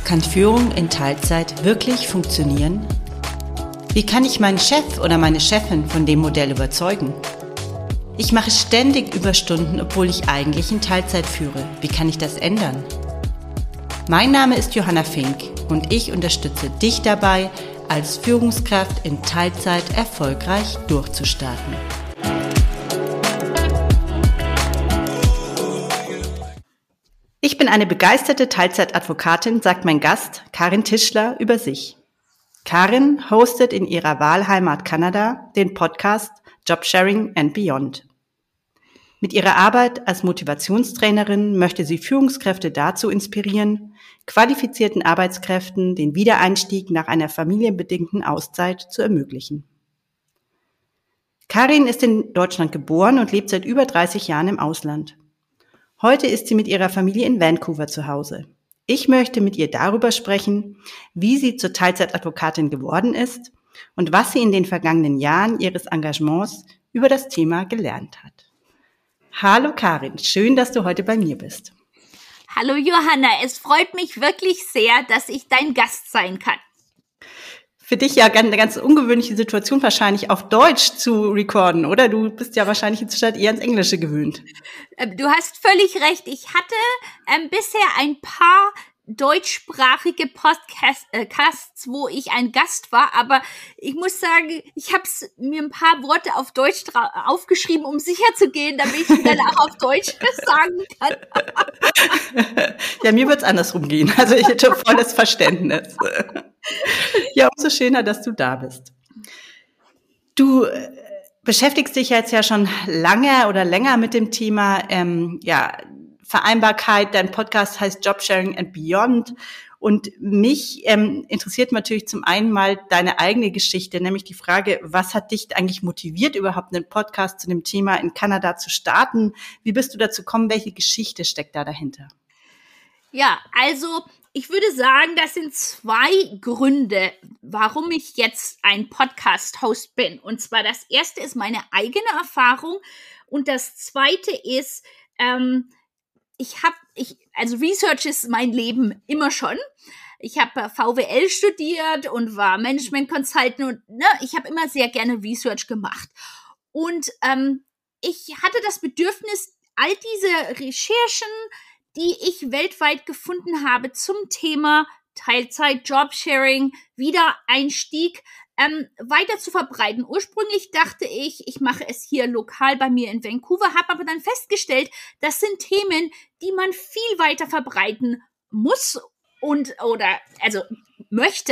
Kann Führung in Teilzeit wirklich funktionieren? Wie kann ich meinen Chef oder meine Chefin von dem Modell überzeugen? Ich mache ständig Überstunden, obwohl ich eigentlich in Teilzeit führe. Wie kann ich das ändern? Mein Name ist Johanna Fink und ich unterstütze dich dabei, als Führungskraft in Teilzeit erfolgreich durchzustarten. Ich bin eine begeisterte Teilzeitadvokatin, sagt mein Gast Karin Tischler über sich. Karin hostet in ihrer Wahlheimat Kanada den Podcast Jobsharing and Beyond. Mit ihrer Arbeit als Motivationstrainerin möchte sie Führungskräfte dazu inspirieren, qualifizierten Arbeitskräften den Wiedereinstieg nach einer familienbedingten Auszeit zu ermöglichen. Karin ist in Deutschland geboren und lebt seit über 30 Jahren im Ausland. Heute ist sie mit ihrer Familie in Vancouver zu Hause. Ich möchte mit ihr darüber sprechen, wie sie zur Teilzeitadvokatin geworden ist und was sie in den vergangenen Jahren ihres Engagements über das Thema gelernt hat. Hallo Karin, schön, dass du heute bei mir bist. Hallo Johanna, es freut mich wirklich sehr, dass ich dein Gast sein kann. Für dich ja eine ganz ungewöhnliche Situation, wahrscheinlich auf Deutsch zu recorden, oder? Du bist ja wahrscheinlich inzwischen eher ins Englische gewöhnt. Du hast völlig recht. Ich hatte bisher ein paar deutschsprachige Podcasts, wo ich ein Gast war, aber ich muss sagen, ich habe mir ein paar Worte auf Deutsch aufgeschrieben, um sicher zu gehen, damit ich dann auch auf Deutsch sagen kann. Ja, mir wird's andersrum gehen. Also ich hätte volles Verständnis. Ja, umso schöner, dass du da bist. Du beschäftigst dich jetzt ja schon länger mit dem Thema Vereinbarkeit. Dein Podcast heißt Jobsharing and Beyond. Und mich interessiert natürlich zum einen mal deine eigene Geschichte, nämlich die Frage, was hat dich eigentlich motiviert, überhaupt einen Podcast zu dem Thema in Kanada zu starten? Wie bist du dazu gekommen? Welche Geschichte steckt da dahinter? Ja, also ich würde sagen, das sind zwei Gründe, warum ich jetzt ein Podcast-Host bin. Und zwar das erste ist meine eigene Erfahrung und das zweite ist, Research ist mein Leben immer schon. Ich habe VWL studiert und war Management Consultant und ich habe immer sehr gerne Research gemacht. Und ich hatte das Bedürfnis, all diese Recherchen, die ich weltweit gefunden habe zum Thema Teilzeit, Jobsharing, Wiedereinstieg, weiter zu verbreiten. Ursprünglich dachte ich mache es hier lokal bei mir in Vancouver, habe aber dann festgestellt, das sind Themen, die man viel weiter verbreiten muss oder möchte.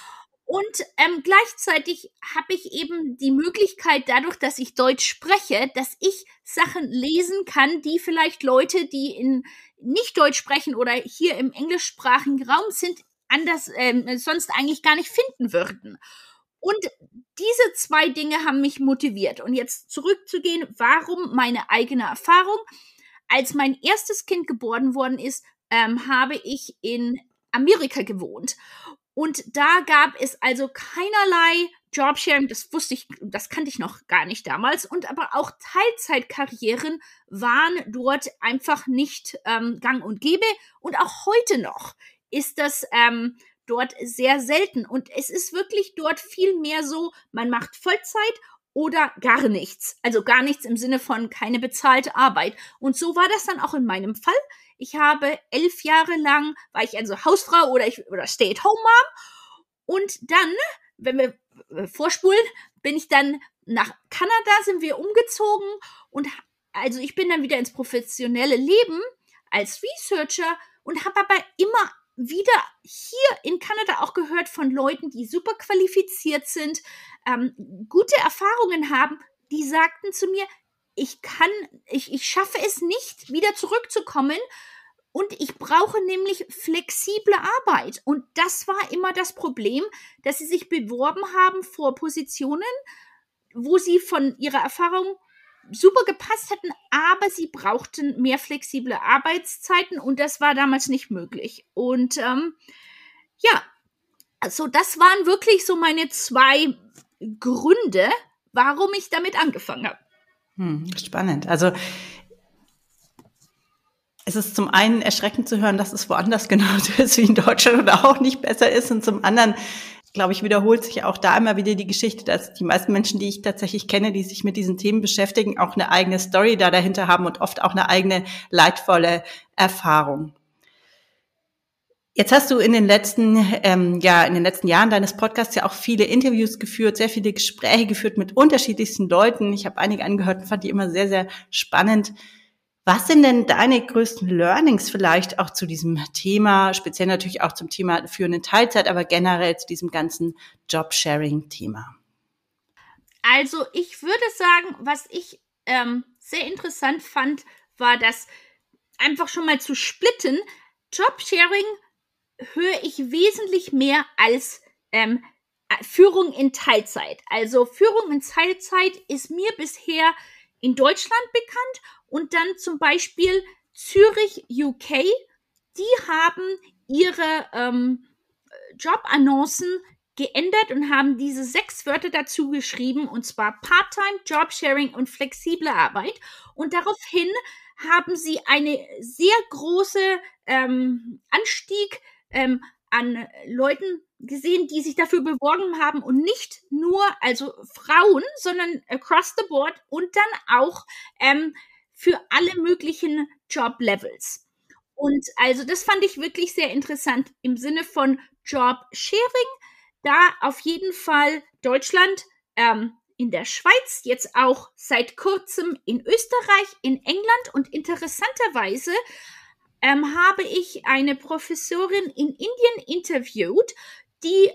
Und gleichzeitig habe ich eben die Möglichkeit, dadurch, dass ich Deutsch spreche, dass ich Sachen lesen kann, die vielleicht Leute, die nicht Deutsch sprechen oder hier im englischsprachigen Raum sind, anders sonst eigentlich gar nicht finden würden. Und diese zwei Dinge haben mich motiviert. Und jetzt zurückzugehen, warum meine eigene Erfahrung? Als mein erstes Kind geboren worden ist, habe ich in Amerika gewohnt. Und da gab es also keinerlei Jobsharing, das kannte ich noch gar nicht damals. Und aber auch Teilzeitkarrieren waren dort einfach nicht gang und gäbe. Und auch heute noch ist das dort sehr selten. Und es ist wirklich dort viel mehr so, man macht Vollzeit oder gar nichts. Also gar nichts im Sinne von keine bezahlte Arbeit. Und so war das dann auch in meinem Fall. Ich habe 11 Jahre lang, war ich also Hausfrau oder Stay-at-home-Mom. Und dann, wenn wir vorspulen, bin ich dann nach Kanada, sind wir umgezogen. Und also ich bin dann wieder ins professionelle Leben als Researcher und habe aber immer wieder hier in Kanada auch gehört von Leuten, die super qualifiziert sind, gute Erfahrungen haben, die sagten zu mir, ich schaffe es nicht, wieder zurückzukommen und ich brauche nämlich flexible Arbeit. Und das war immer das Problem, dass sie sich beworben haben vor Positionen, wo sie von ihrer Erfahrung super gepasst hätten, aber sie brauchten mehr flexible Arbeitszeiten und das war damals nicht möglich. Und also das waren wirklich so meine zwei Gründe, warum ich damit angefangen habe. Spannend. Also Es ist zum einen erschreckend zu hören, dass es woanders genauso ist wie in Deutschland oder auch nicht besser ist. Und zum anderen, glaube ich, wiederholt sich auch da immer wieder die Geschichte, dass die meisten Menschen, die ich tatsächlich kenne, die sich mit diesen Themen beschäftigen, auch eine eigene Story da dahinter haben und oft auch eine eigene leidvolle Erfahrung. Jetzt hast du in den letzten Jahren deines Podcasts ja auch viele Interviews geführt, sehr viele Gespräche geführt mit unterschiedlichsten Leuten. Ich habe einige angehört und fand die immer sehr, sehr spannend. Was sind denn deine größten Learnings vielleicht auch zu diesem Thema, speziell natürlich auch zum Thema führende Teilzeit, aber generell zu diesem ganzen Jobsharing-Thema? Also ich würde sagen, was ich sehr interessant fand, war das einfach schon mal zu splitten. Jobsharing höre ich wesentlich mehr als Führung in Teilzeit. Also Führung in Teilzeit ist mir bisher in Deutschland bekannt. Und dann zum Beispiel Zürich, UK, die haben ihre Jobannoncen geändert und haben diese 6 Wörter dazu geschrieben, und zwar Part-Time, Jobsharing und flexible Arbeit. Und daraufhin haben sie eine sehr große Anstieg an Leuten gesehen, die sich dafür beworben haben, und nicht nur also Frauen, sondern across the board und dann auch für alle möglichen Job-Levels. Und also das fand ich wirklich sehr interessant im Sinne von Job-Sharing. Da auf jeden Fall Deutschland, in der Schweiz, jetzt auch seit kurzem in Österreich, in England, und interessanterweise habe ich eine Professorin in Indien interviewt, die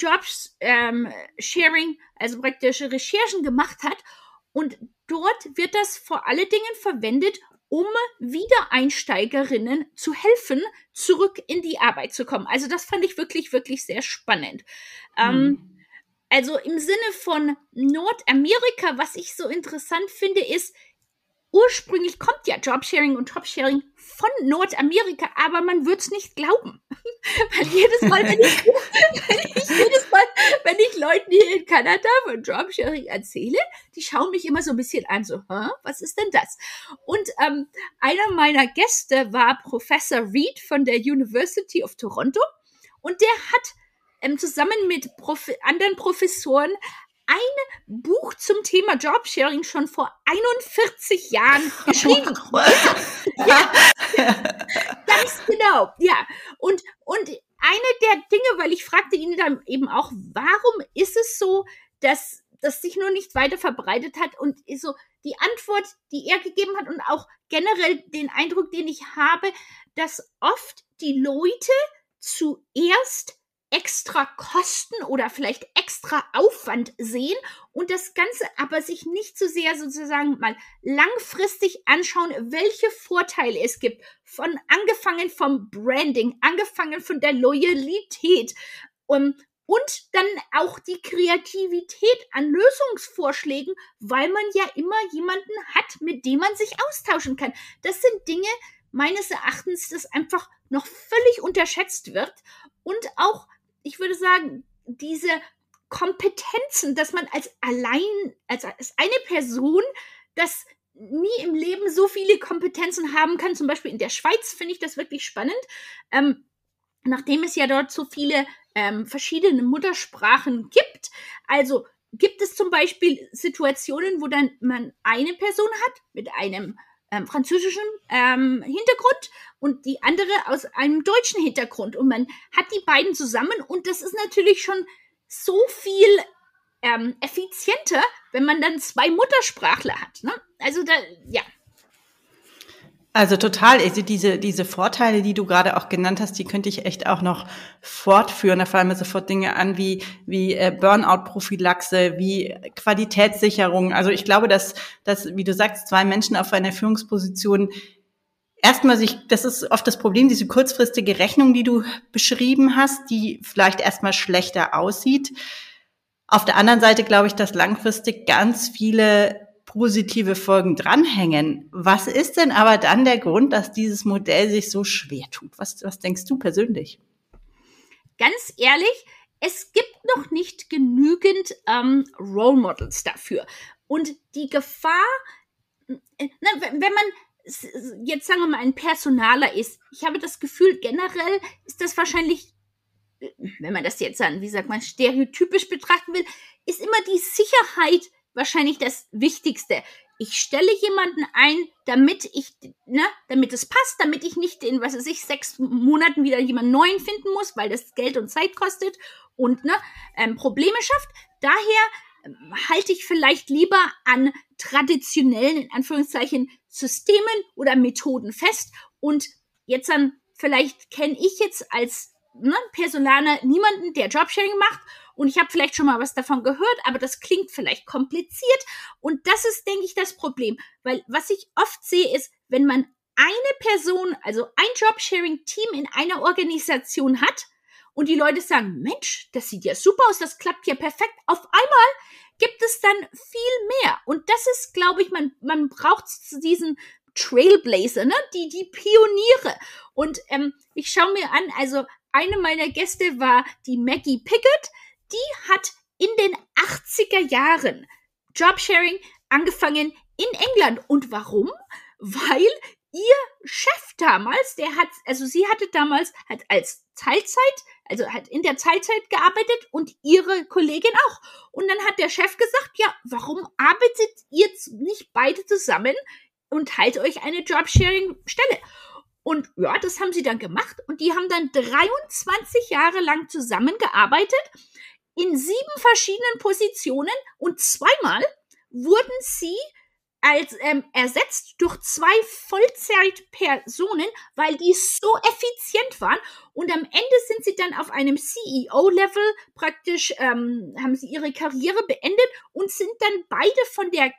Jobs-Sharing, also praktische Recherchen gemacht hat. Und dort wird das vor allen Dingen verwendet, um Wiedereinsteigerinnen zu helfen, zurück in die Arbeit zu kommen. Also das fand ich wirklich, wirklich sehr spannend. Also im Sinne von Nordamerika, was ich so interessant finde, ist, ursprünglich kommt ja Jobsharing und Topsharing von Nordamerika, aber man wird es nicht glauben. Weil jedes Mal, wenn ich Leuten hier in Kanada von Jobsharing erzähle, die schauen mich immer so ein bisschen an, so, was ist denn das? Und einer meiner Gäste war Professor Reed von der University of Toronto, und der hat zusammen mit anderen Professoren ein Buch zum Thema Jobsharing schon vor 41 Jahren geschrieben. Ja, ganz genau. Ja, und eine der Dinge, weil ich fragte ihn dann eben auch, warum ist es so, dass das sich nur nicht weiter verbreitet hat, und so die Antwort, die er gegeben hat, und auch generell den Eindruck, den ich habe, dass oft die Leute zuerst extra Kosten oder vielleicht extra Aufwand sehen und das Ganze aber sich nicht so sehr sozusagen mal langfristig anschauen, welche Vorteile es gibt, angefangen vom Branding, angefangen von der Loyalität und dann auch die Kreativität an Lösungsvorschlägen, weil man ja immer jemanden hat, mit dem man sich austauschen kann. Das sind Dinge, meines Erachtens, das einfach noch völlig unterschätzt wird, und auch, ich würde sagen, diese Kompetenzen, dass man als eine Person, das nie im Leben so viele Kompetenzen haben kann. Zum Beispiel in der Schweiz finde ich das wirklich spannend, nachdem es ja dort so viele verschiedene Muttersprachen gibt. Also gibt es zum Beispiel Situationen, wo dann man eine Person hat mit einem französischen Hintergrund und die andere aus einem deutschen Hintergrund. Und man hat die beiden zusammen, und das ist natürlich schon so viel effizienter, wenn man dann 2 Muttersprachler hat. Ne? Also ja. Also total, also diese Vorteile, die du gerade auch genannt hast, die könnte ich echt auch noch fortführen. Da fallen mir sofort Dinge an wie Burnout-Prophylaxe, wie Qualitätssicherung. Also ich glaube, dass wie du sagst, 2 Menschen auf einer Führungsposition erstmal das ist oft das Problem, diese kurzfristige Rechnung, die du beschrieben hast, die vielleicht erstmal schlechter aussieht. Auf der anderen Seite glaube ich, dass langfristig ganz viele positive Folgen dranhängen. Was ist denn aber dann der Grund, dass dieses Modell sich so schwer tut? Was denkst du persönlich? Ganz ehrlich, es gibt noch nicht genügend Role Models dafür. Und die Gefahr, wenn man jetzt sagen wir mal ein Personaler ist, ich habe das Gefühl, generell ist das wahrscheinlich, wenn man das jetzt dann, wie sagt man, stereotypisch betrachten will, ist immer die Sicherheit wahrscheinlich das Wichtigste. Ich stelle jemanden ein, damit es passt, damit ich nicht in, 6 Monaten wieder jemanden neuen finden muss, weil das Geld und Zeit kostet und Probleme schafft. Daher halte ich vielleicht lieber an traditionellen, in Anführungszeichen, Systemen oder Methoden fest. Und jetzt dann, vielleicht kenne ich jetzt als Personaler niemanden, der Jobsharing macht. Und ich habe vielleicht schon mal was davon gehört, aber das klingt vielleicht kompliziert. Und das ist, denke ich, das Problem. Weil was ich oft sehe, ist, wenn man eine Person, also ein Jobsharing-Team in einer Organisation hat und die Leute sagen, Mensch, das sieht ja super aus, das klappt ja perfekt. Auf einmal gibt es dann viel mehr. Und das ist, glaube ich, man braucht diesen Trailblazer, die Pioniere. Und ich schaue mir an, also eine meiner Gäste war die Maggie Pickett. Die hat in den 80er Jahren Jobsharing angefangen in England. Und warum? Weil ihr Chef damals, sie hatte damals als Teilzeit, hat in der Teilzeit gearbeitet und ihre Kollegin auch. Und dann hat der Chef gesagt, ja, warum arbeitet ihr nicht beide zusammen und teilt euch eine Jobsharing-Stelle? Und ja, das haben sie dann gemacht und die haben dann 23 Jahre lang zusammengearbeitet in 7 verschiedenen Positionen und zweimal wurden sie als ersetzt durch 2 Vollzeitpersonen, weil die so effizient waren. Und am Ende sind sie dann auf einem CEO-Level praktisch, haben sie ihre Karriere beendet und sind dann beide von der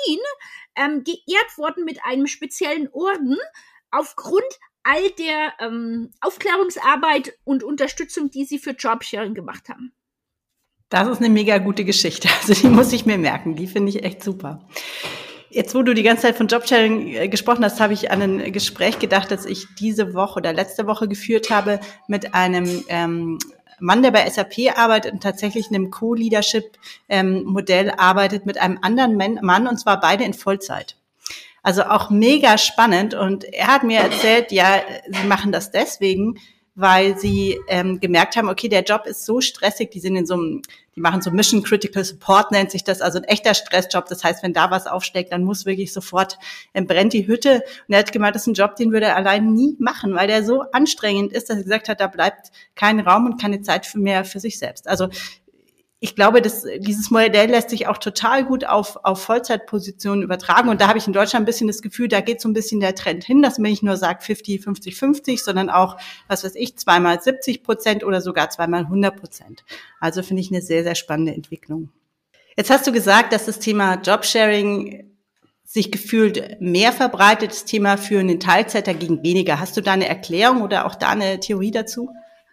Queen geehrt worden mit einem speziellen Orden aufgrund all der Aufklärungsarbeit und Unterstützung, die sie für Jobsharing gemacht haben. Das ist eine mega gute Geschichte. Also die muss ich mir merken. Die finde ich echt super. Jetzt, wo du die ganze Zeit von Jobsharing gesprochen hast, habe ich an ein Gespräch gedacht, das ich diese Woche oder letzte Woche geführt habe mit einem Mann, der bei SAP arbeitet und tatsächlich in einem Co-Leadership-Modell arbeitet mit einem anderen Mann, und zwar beide in Vollzeit. Also auch mega spannend. Und er hat mir erzählt, ja, sie machen das deswegen, weil sie gemerkt haben, okay, der Job ist so stressig, die machen so Mission Critical Support, nennt sich das, also ein echter Stressjob. Das heißt, wenn da was aufschlägt, dann muss wirklich sofort, brennt die Hütte. Und er hat gemeint, das ist ein Job, den würde er allein nie machen, weil der so anstrengend ist, dass er gesagt hat, da bleibt kein Raum und keine Zeit mehr für sich selbst. Also ich glaube, dieses Modell lässt sich auch total gut auf Vollzeitpositionen übertragen. Und da habe ich in Deutschland ein bisschen das Gefühl, da geht so ein bisschen der Trend hin, dass man nicht nur sagt 50, 50, 50, sondern auch, zweimal 70% oder sogar zweimal 100%. Also finde ich eine sehr, sehr spannende Entwicklung. Jetzt hast du gesagt, dass das Thema Jobsharing sich gefühlt mehr verbreitet, das Thema für einen Teilzeiter gegen weniger. Hast du da eine Erklärung oder auch da eine Theorie dazu?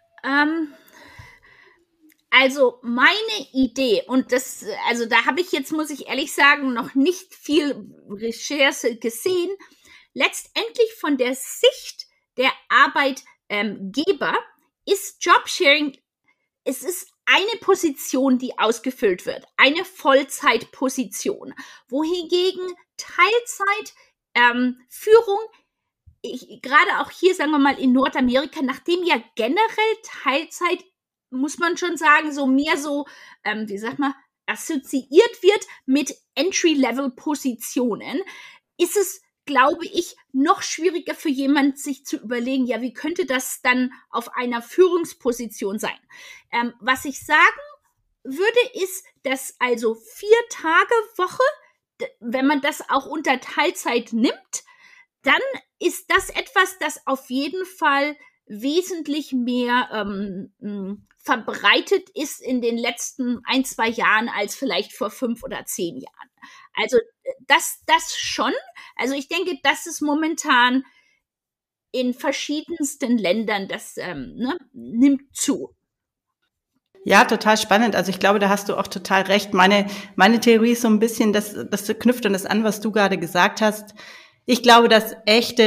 Also meine Idee, und da habe ich jetzt, muss ich ehrlich sagen, noch nicht viel Recherche gesehen, letztendlich von der Sicht der Arbeitgeber ist Jobsharing, es ist eine Position, die ausgefüllt wird, eine Vollzeitposition, wohingegen Teilzeit Führung, gerade auch hier, sagen wir mal in Nordamerika, nachdem ja generell Teilzeit, muss man schon sagen, so mehr so, assoziiert wird mit Entry-Level-Positionen, ist es, glaube ich, noch schwieriger für jemanden, sich zu überlegen, ja, wie könnte das dann auf einer Führungsposition sein? Was ich sagen würde, ist, dass also 4-Tage-Woche, wenn man das auch unter Teilzeit nimmt, dann ist das etwas, das auf jeden Fall wesentlich mehr verbreitet ist in den letzten 1-2 Jahren als vielleicht vor 5 oder 10 Jahren. Also das schon. Also ich denke, das ist momentan in verschiedensten Ländern, das nimmt zu. Ja, total spannend. Also ich glaube, da hast du auch total recht. Meine Theorie ist so ein bisschen, das knüpft an das an, was du gerade gesagt hast. Ich glaube, dass echte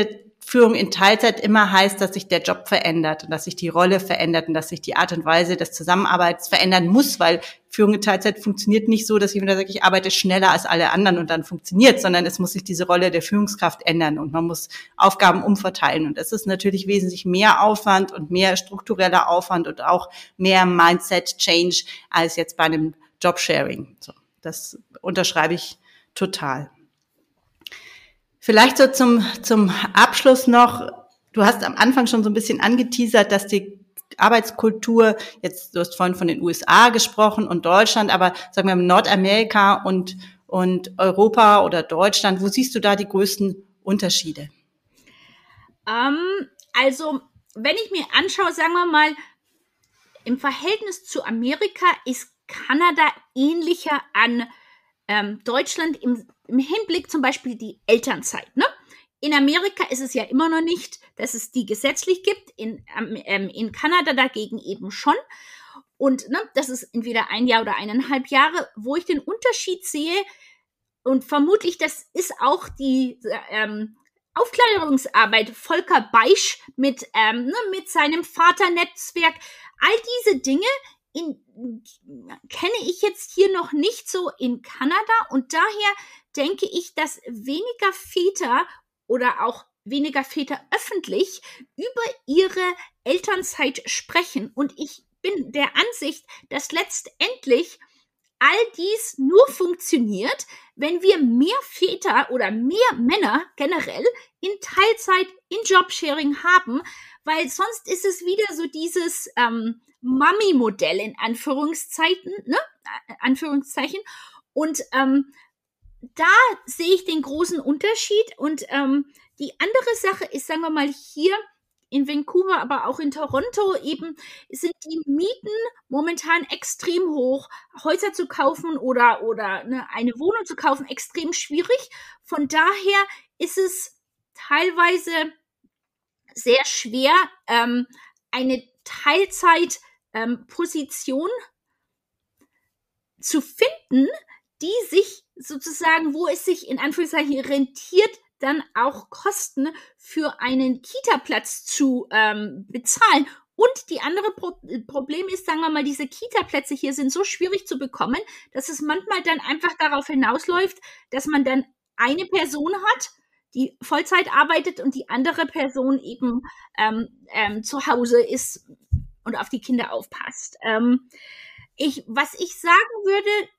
Führung in Teilzeit immer heißt, dass sich der Job verändert und dass sich die Rolle verändert und dass sich die Art und Weise des Zusammenarbeits verändern muss, weil Führung in Teilzeit funktioniert nicht so, dass jemand sagt, ich arbeite schneller als alle anderen und dann funktioniert, sondern es muss sich diese Rolle der Führungskraft ändern und man muss Aufgaben umverteilen. Und das ist natürlich wesentlich mehr Aufwand und mehr struktureller Aufwand und auch mehr Mindset-Change als jetzt bei einem Jobsharing. So, das unterschreibe ich total. Vielleicht so zum Abschluss noch, du hast am Anfang schon so ein bisschen angeteasert, dass die Arbeitskultur, jetzt, du hast vorhin von den USA gesprochen und Deutschland, aber sagen wir Nordamerika und Europa oder Deutschland, wo siehst du da die größten Unterschiede? Also, wenn ich mir anschaue, sagen wir mal, im Verhältnis zu Amerika ist Kanada ähnlicher an Deutschland im Hinblick zum Beispiel die Elternzeit. Ne? In Amerika ist es ja immer noch nicht, dass es die gesetzlich gibt, in Kanada dagegen eben schon. Und ne, das ist entweder 1 Jahr oder 1,5 Jahre, wo ich den Unterschied sehe. Und vermutlich, das ist auch die Aufklärungsarbeit Volker Beisch mit seinem Vaternetzwerk. All diese Dinge kenne ich jetzt hier noch nicht so in Kanada und daher denke ich, dass weniger Väter oder auch weniger Väter öffentlich über ihre Elternzeit sprechen und ich bin der Ansicht, dass letztendlich all dies nur funktioniert, wenn wir mehr Väter oder mehr Männer generell in Teilzeit, in Jobsharing haben, weil sonst ist es wieder so dieses Mami-Modell in Anführungszeichen, und da sehe ich den großen Unterschied und die andere Sache ist, sagen wir mal, hier in Vancouver, aber auch in Toronto eben sind die Mieten momentan extrem hoch. Häuser zu kaufen oder eine Wohnung zu kaufen, extrem schwierig. Von daher ist es teilweise sehr schwer, eine Teilzeitposition zu finden, die sich sozusagen, wo es sich in Anführungszeichen rentiert, dann auch Kosten für einen Kita-Platz zu bezahlen. Und die andere Problem ist, sagen wir mal, diese Kita-Plätze hier sind so schwierig zu bekommen, dass es manchmal dann einfach darauf hinausläuft, dass man dann eine Person hat, die Vollzeit arbeitet und die andere Person eben zu Hause ist und auf die Kinder aufpasst. Was ich sagen würde,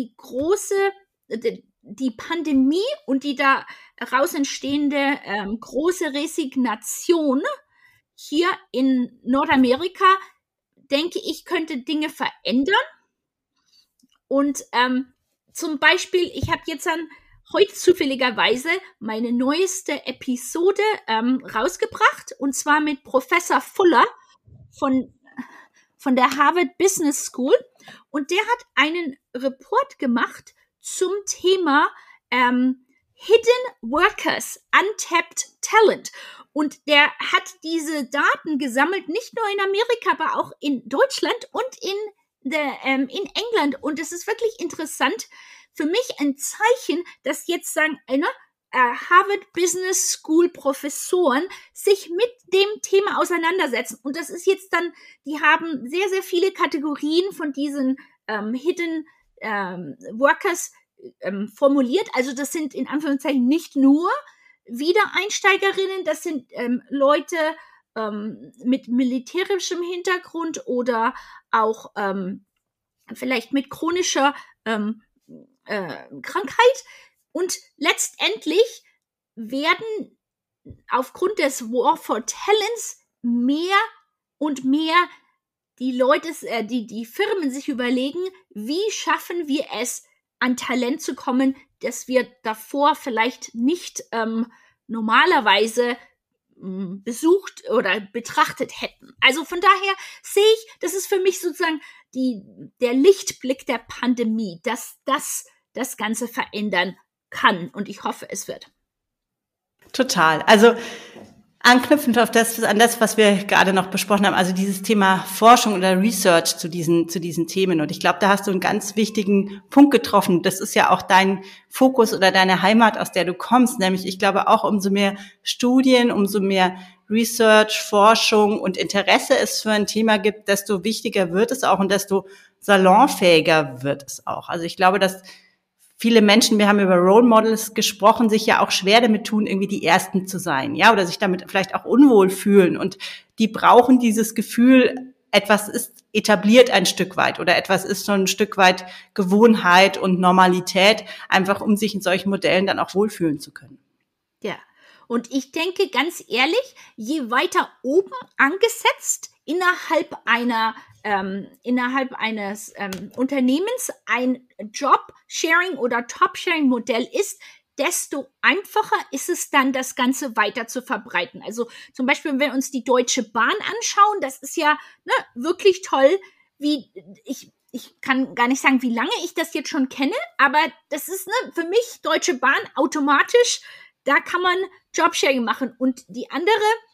die Pandemie und die daraus entstehende große Resignation hier in Nordamerika, denke ich, könnte Dinge verändern. Und zum Beispiel, ich habe jetzt heute zufälligerweise meine neueste Episode rausgebracht, und zwar mit Professor Fuller von der Harvard Business School. Und der hat einen Report gemacht zum Thema Hidden Workers, Untapped Talent. Und der hat diese Daten gesammelt, nicht nur in Amerika, aber auch in Deutschland und in England. Und es ist wirklich interessant, für mich ein Zeichen, dass jetzt Harvard Business School Professoren sich mit dem Thema auseinandersetzen. Und das ist jetzt dann, die haben sehr, sehr viele Kategorien von diesen Hidden Workers formuliert. Also das sind in Anführungszeichen nicht nur Wiedereinsteigerinnen, das sind Leute mit militärischem Hintergrund oder auch vielleicht mit chronischer Krankheit. Und letztendlich werden aufgrund des War for Talents mehr und mehr die Leute, die Firmen sich überlegen, wie schaffen wir es, an Talent zu kommen, das wir davor vielleicht nicht normalerweise besucht oder betrachtet hätten. Also von daher sehe ich, das ist für mich sozusagen der Lichtblick der Pandemie, dass das Ganze verändern kann und ich hoffe, es wird. Total. Also Anknüpfend an das, was wir gerade noch besprochen haben, also dieses Thema Forschung oder Research zu diesen Themen. Und ich glaube, da hast du einen ganz wichtigen Punkt getroffen. Das ist ja auch dein Fokus oder deine Heimat, aus der du kommst. Nämlich, ich glaube auch, umso mehr Studien, umso mehr Research, Forschung und Interesse es für ein Thema gibt, desto wichtiger wird es auch und desto salonfähiger wird es auch. Also ich glaube, dass viele Menschen, wir haben über Role Models gesprochen, sich ja auch schwer damit tun, irgendwie die Ersten zu sein, ja, oder sich damit vielleicht auch unwohl fühlen. Und die brauchen dieses Gefühl, etwas ist etabliert ein Stück weit oder etwas ist so ein Stück weit Gewohnheit und Normalität, einfach um sich in solchen Modellen dann auch wohlfühlen zu können. Ja, und ich denke ganz ehrlich, je weiter oben angesetzt innerhalb eines Unternehmens ein Job-Sharing oder Top-Sharing-Modell ist, desto einfacher ist es dann, das Ganze weiter zu verbreiten. Also zum Beispiel, wenn wir uns die Deutsche Bahn anschauen, das ist ja wirklich toll, wie ich kann gar nicht sagen, wie lange ich das jetzt schon kenne, aber das ist für mich Deutsche Bahn automatisch, da kann man Jobsharing machen. Und die andere,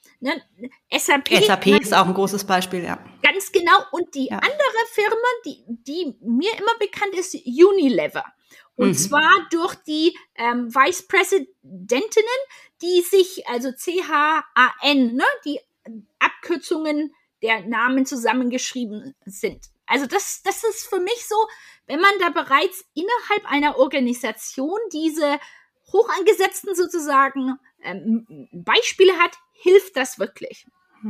SAP ist auch ein großes Beispiel, ja. Ganz genau. Und die andere Firma, die mir immer bekannt ist, Unilever. Und zwar durch die Vice Presidentinnen, die sich, also CHAN, die Abkürzungen der Namen zusammengeschrieben sind. Also das ist für mich so, wenn man da bereits innerhalb einer Organisation diese Hochangesetzten sozusagen Beispiele hat, hilft das wirklich.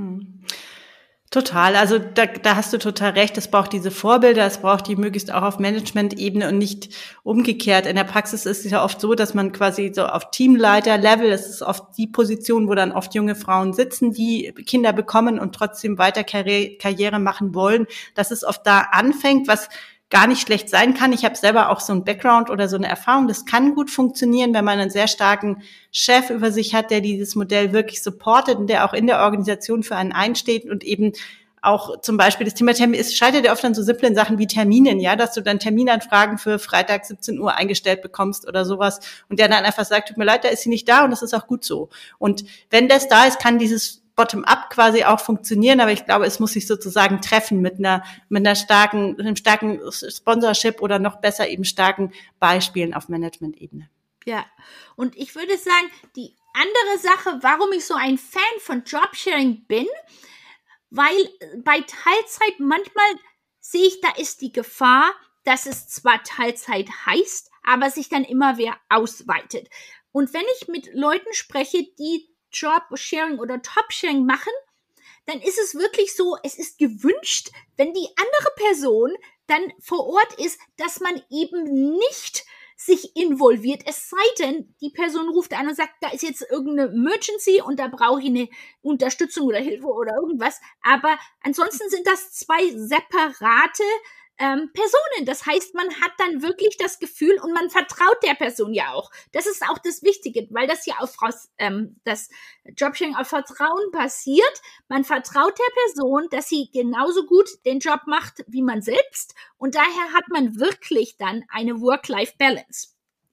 Total, also da hast du total recht, es braucht diese Vorbilder, es braucht die möglichst auch auf Management-Ebene und nicht umgekehrt. In der Praxis ist es ja oft so, dass man quasi so auf Teamleiter-Level, das ist oft die Position, wo dann oft junge Frauen sitzen, die Kinder bekommen und trotzdem weiter Karriere machen wollen, dass es oft da anfängt, was gar nicht schlecht sein kann. Ich habe selber auch so einen Background oder so eine Erfahrung. Das kann gut funktionieren, wenn man einen sehr starken Chef über sich hat, der dieses Modell wirklich supportet und der auch in der Organisation für einen einsteht und eben auch zum Beispiel das Thema Termin, es scheitert ja oft an so simplen Sachen wie Terminen, ja, dass du dann Terminanfragen für Freitag 17 Uhr eingestellt bekommst oder sowas und der dann einfach sagt, tut mir leid, da ist sie nicht da und das ist auch gut so. Und wenn das da ist, kann dieses Bottom-up quasi auch funktionieren, aber ich glaube, es muss sich sozusagen treffen mit einem starken Sponsorship oder noch besser eben starken Beispielen auf Management-Ebene. Ja, und ich würde sagen, die andere Sache, warum ich so ein Fan von Jobsharing bin, weil bei Teilzeit manchmal sehe ich, da ist die Gefahr, dass es zwar Teilzeit heißt, aber sich dann immer wieder ausweitet. Und wenn ich mit Leuten spreche, die Job-Sharing oder Top-Sharing machen, dann ist es wirklich so, es ist gewünscht, wenn die andere Person dann vor Ort ist, dass man eben nicht sich involviert, es sei denn, die Person ruft an und sagt, da ist jetzt irgendeine Emergency und da brauche ich eine Unterstützung oder Hilfe oder irgendwas, aber ansonsten sind das zwei separate Personen. Das heißt, man hat dann wirklich das Gefühl und man vertraut der Person ja auch. Das ist auch das Wichtige, weil das ja auf das Jobsharing auf Vertrauen basiert. Man vertraut der Person, dass sie genauso gut den Job macht wie man selbst und daher hat man wirklich dann eine Work-Life-Balance.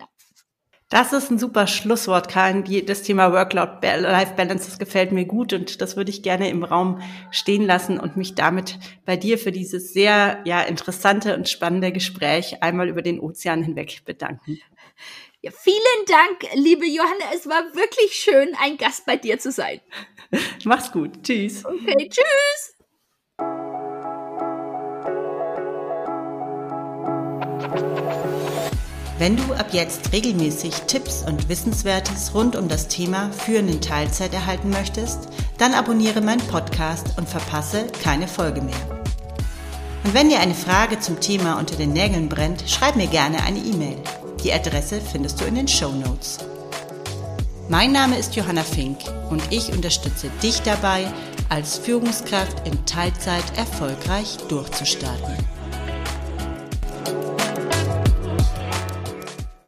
Das ist ein super Schlusswort, Karin. Das Thema Work-Life-Balance, das gefällt mir gut und das würde ich gerne im Raum stehen lassen und mich damit bei dir für dieses sehr interessante und spannende Gespräch einmal über den Ozean hinweg bedanken. Ja, vielen Dank, liebe Johanna. Es war wirklich schön, ein Gast bei dir zu sein. Mach's gut. Tschüss. Okay, tschüss. Wenn du ab jetzt regelmäßig Tipps und Wissenswertes rund um das Thema Führen in Teilzeit erhalten möchtest, dann abonniere meinen Podcast und verpasse keine Folge mehr. Und wenn dir eine Frage zum Thema unter den Nägeln brennt, schreib mir gerne eine E-Mail. Die Adresse findest du in den Shownotes. Mein Name ist Johanna Fink und ich unterstütze dich dabei, als Führungskraft in Teilzeit erfolgreich durchzustarten.